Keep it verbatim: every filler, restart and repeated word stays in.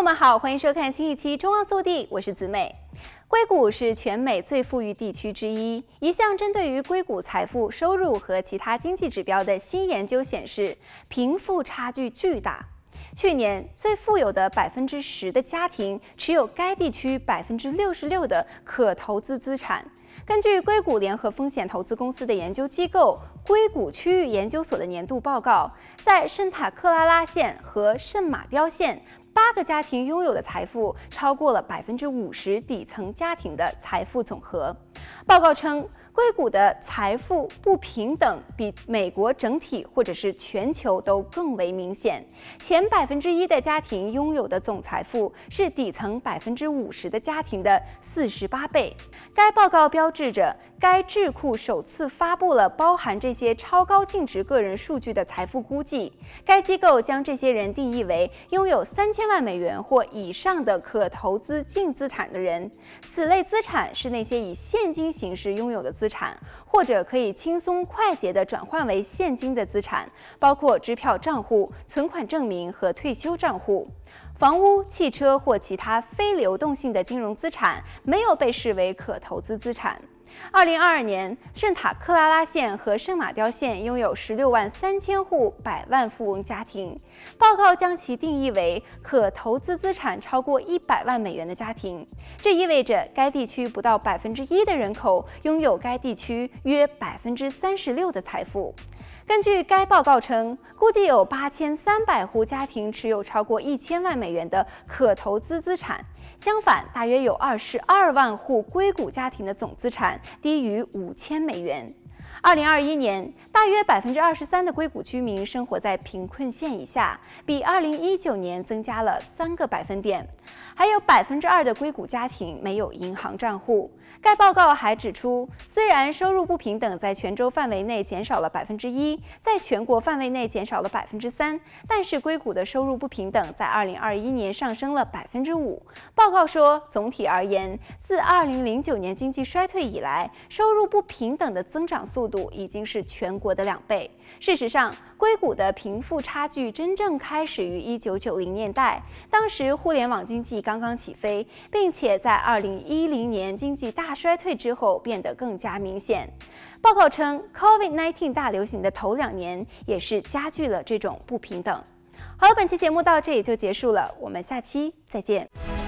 们好，欢迎收看新一期《中央速递》，我是子美。硅谷是全美最富裕地区之一，一项针对于硅谷财富、收入和其他经济指标的新研究显示，贫富差距巨大。去年，最富有的百分之十的家庭持有该地区百分之六十六的可投资资产。根据硅谷联合风险投资公司的研究机构硅谷区域研究所的年度报告，在圣塔克拉拉县和圣马刁县，八个家庭拥有的财富超过了百分之五十底层家庭的财富总和。报告称，硅谷的财富不平等比美国整体或者是全球都更为明显。前百分之一的家庭拥有的总财富是底层百分之五十的家庭的四十八倍。该报告标志着该智库首次发布了包含这些超高净值个人数据的财富估计。该机构将这些人定义为拥有三千万美元或以上的可投资净资产的人。此类资产是那些以现金形式拥有的资产，或者可以轻松快捷地转换为现金的资产，包括支票账户、存款证明和退休账户。房屋、汽车或其他非流动性的金融资产没有被视为可投资资产。二零二二年，圣塔克拉拉县和圣马刁县拥有十六万三千户百万富翁家庭。报告将其定义为可投资资产超过一百万美元的家庭，这意味着该地区不到百分之一的人口拥有该地区约百分之三十六的财富。根据该报告称，估计有八千三百户家庭持有超过一千万美元的可投资资产。相反，大约有二十二万户硅谷家庭的总资产低于五千美元。二零二一年，大约百分之二十三的硅谷居民生活在贫困线以下，比二零一九年增加了三个百分点。还有百分之二的硅谷家庭没有银行账户。该报告还指出，虽然收入不平等在全州范围内减少了百分之一，在全国范围内减少了百分之三，但是硅谷的收入不平等在二零二一年上升了百分之五。报告说，总体而言，自二零零九年经济衰退以来，收入不平等的增长速度已经是全国的两倍。事实上，硅谷的贫富差距真正开始于一九九零年代，当时互联网经济刚刚起飞，并且在二零一零年经济大衰退之后变得更加明显。报告称 ，COVID 十九 大流行的头两年也是加剧了这种不平等。好了，本期节目到这里就结束了，我们下期再见。